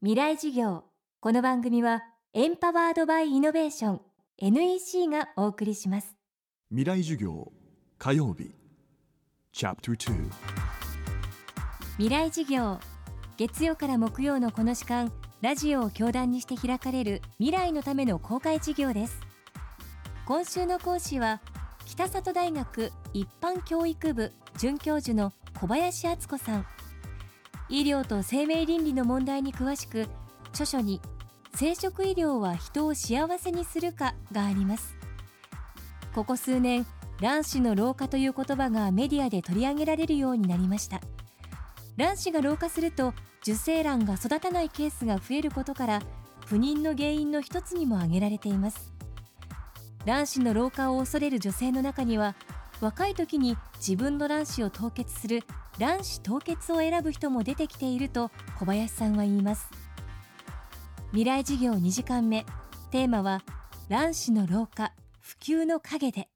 未来事業。この番組はエンパワードバイイノベーション NEC がお送りします。 未来授業火曜日チャプター2。 未来事業。月曜から木曜のこの時間、ラジオを教壇にして開かれる未来のための公開授業です。今週の講師は北里大学一般教育部准教授の小林敦子さん。医療と生命倫理の問題に詳しく、著書に生殖医療は人を幸せにするかがあります。ここ数年、卵子の老化という言葉がメディアで取り上げられるようになりました。卵子が老化すると受精卵が育たないケースが増えることから、不妊の原因の一つにも挙げられています。卵子の老化を恐れる女性の中には、若い時に自分の卵子を凍結する卵子凍結を選ぶ人も出てきていると小林さんは言います。未来事業2時間目、テーマは卵子の老化、普及の陰で。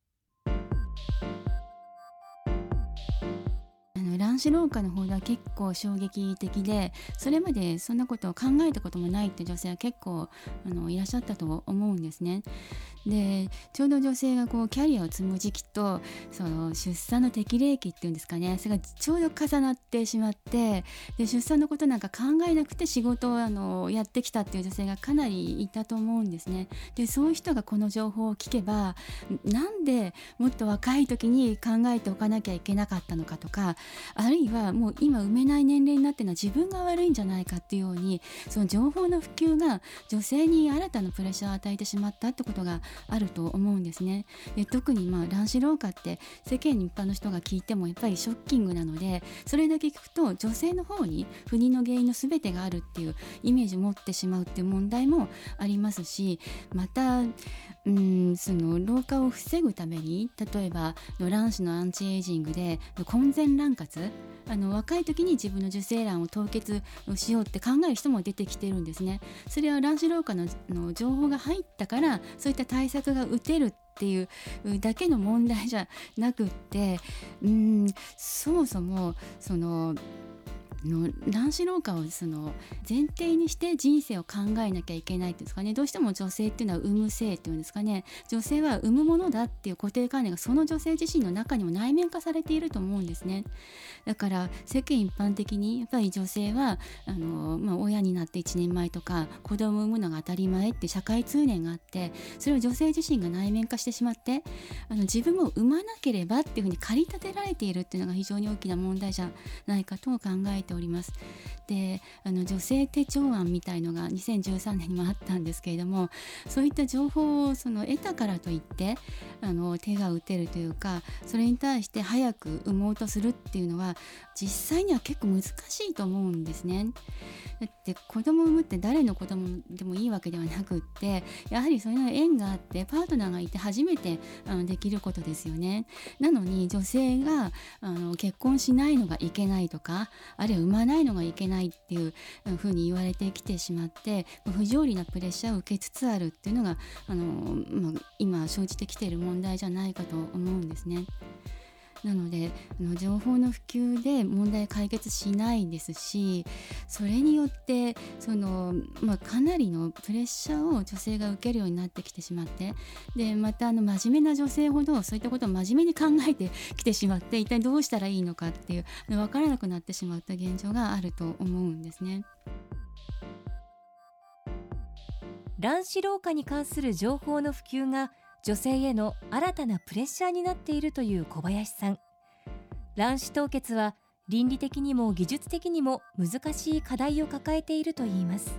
卵子老化の方は結構衝撃的で、それまでそんなことを考えたこともないって女性は結構いらっしゃったと思うんですね。で、ちょうど女性がキャリアを積む時期とその出産の適齢期っていうんですかね、それがちょうど重なってしまって、で出産のことなんか考えなくて仕事をやってきたっていう女性がかなりいたと思うんですね。で、そういう人がこの情報を聞けば、なんでもっと若い時に考えておかなきゃいけなかったのかとか、あるいはもう今産めない年齢になってるのは自分が悪いんじゃないかっていうように、その情報の普及が女性に新たなプレッシャーを与えてしまったってことがあると思うんですね。で、特に卵子老化って世間一般の人が聞いてもやっぱりショッキングなので、それだけ聞くと女性の方に不妊の原因の全てがあるっていうイメージを持ってしまうっていう問題もありますし、またその老化を防ぐために、例えば卵子のアンチエイジングで婚前卵活、若い時に自分の受精卵を凍結しようって考える人も出てきてるんですね。それは卵子老化の情報が入ったから、そういった対策が打てるっていうだけの問題じゃなくって、そもそもその卵子老化を前提にして人生を考えなきゃいけないっていうんですかね。どうしても女性っていうのは産む性っていうんですかね、女性は産むものだっていう固定観念がその女性自身の中にも内面化されていると思うんですね。だから世間一般的にやっぱり女性は親になって1年前とか子供を産むのが当たり前って社会通念があって、それを女性自身が内面化してしまって、自分も産まなければっていうふうに駆り立てられているっていうのが非常に大きな問題じゃないかと考えております。で、女性手帳案みたいのが2013年にもあったんですけれども、そういった情報を得たからといって手が打てるというか、それに対して早く産もうとするっていうのは実際には結構難しいと思うんですね。だって子供を産むって誰の子供でもいいわけではなくって、やはりそういう縁があってパートナーがいて初めてできることですよね。なのに女性が結婚しないのがいけないとか、あるいは産まないのがいけないっていうふうに言われてきてしまって、不条理なプレッシャーを受けつつあるっていうのが今生じてきている問題じゃないかと思うんですね。なので情報の普及で問題解決しないですし、それによってかなりのプレッシャーを女性が受けるようになってきてしまって、でまた真面目な女性ほどそういったことを真面目に考えてきてしまって、一体どうしたらいいのかっていう分からなくなってしまった現状があると思うんですね。 卵子老化に関する情報の普及が女性への新たなプレッシャーになっているという小林さん。卵子凍結は倫理的にも技術的にも難しい課題を抱えているといいます。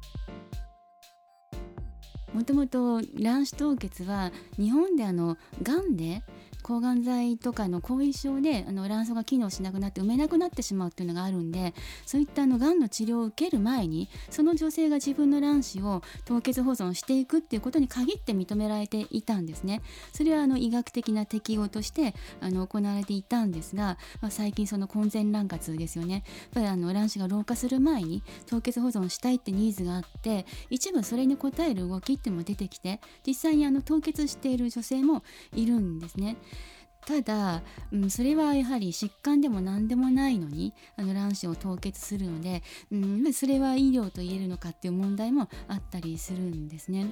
もともと卵子凍結は日本でがんで抗がん剤とかの後遺症で卵巣が機能しなくなって産めなくなってしまうっていうのがあるんで、そういったがんの治療を受ける前にその女性が自分の卵子を凍結保存していくっていうことに限って認められていたんですね。それは医学的な適用として行われていたんですが、最近その婚前卵活ですよね。やっぱり卵子が老化する前に凍結保存したいってニーズがあって、一部それに応える動きっていうのも出てきて、実際に凍結している女性もいるんですね。 ただ、それはやはり疾患でも何でもないのに卵子を凍結するので、それは医療と言えるのかっていう問題もあったりするんですね。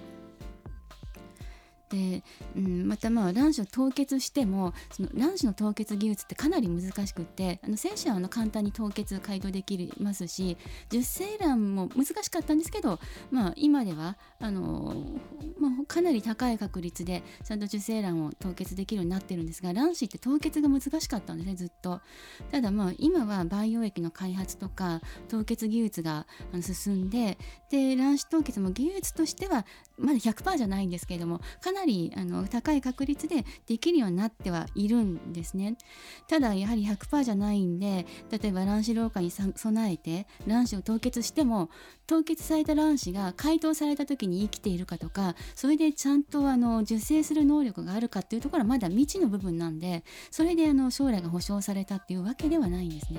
で、また卵子を凍結してもその卵子の凍結技術ってかなり難しくって精子は簡単に凍結解凍できますし、受精卵も難しかったんですけど、今ではかなり高い確率でちゃんと受精卵を凍結できるようになってるんですが、卵子って凍結が難しかったんですね、ずっと。ただ今は培養液の開発とか凍結技術が進んで、卵子凍結も技術としてはまだ 100% じゃないんですけれども、かなり高い確率でできるようになってはいるんですね。ただやはり 100% じゃないんで、例えば卵子老化に備えて卵子を凍結しても、凍結された卵子が解凍された時に生きているかとか、それでちゃんと受精する能力があるかっていうところはまだ未知の部分なんで、それで将来が保証されたっていうわけではないんですね。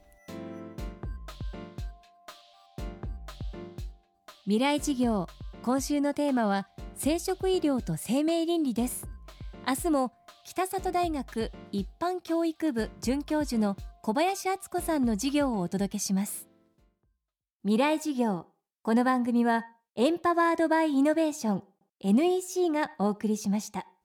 未来事業、今週のテーマは生殖医療と生命倫理です。明日も北里大学一般教育部准教授の小林敦子さんの授業をお届けします。未来事業、この番組はエンパワードバイイノベーション NEC がお送りしました。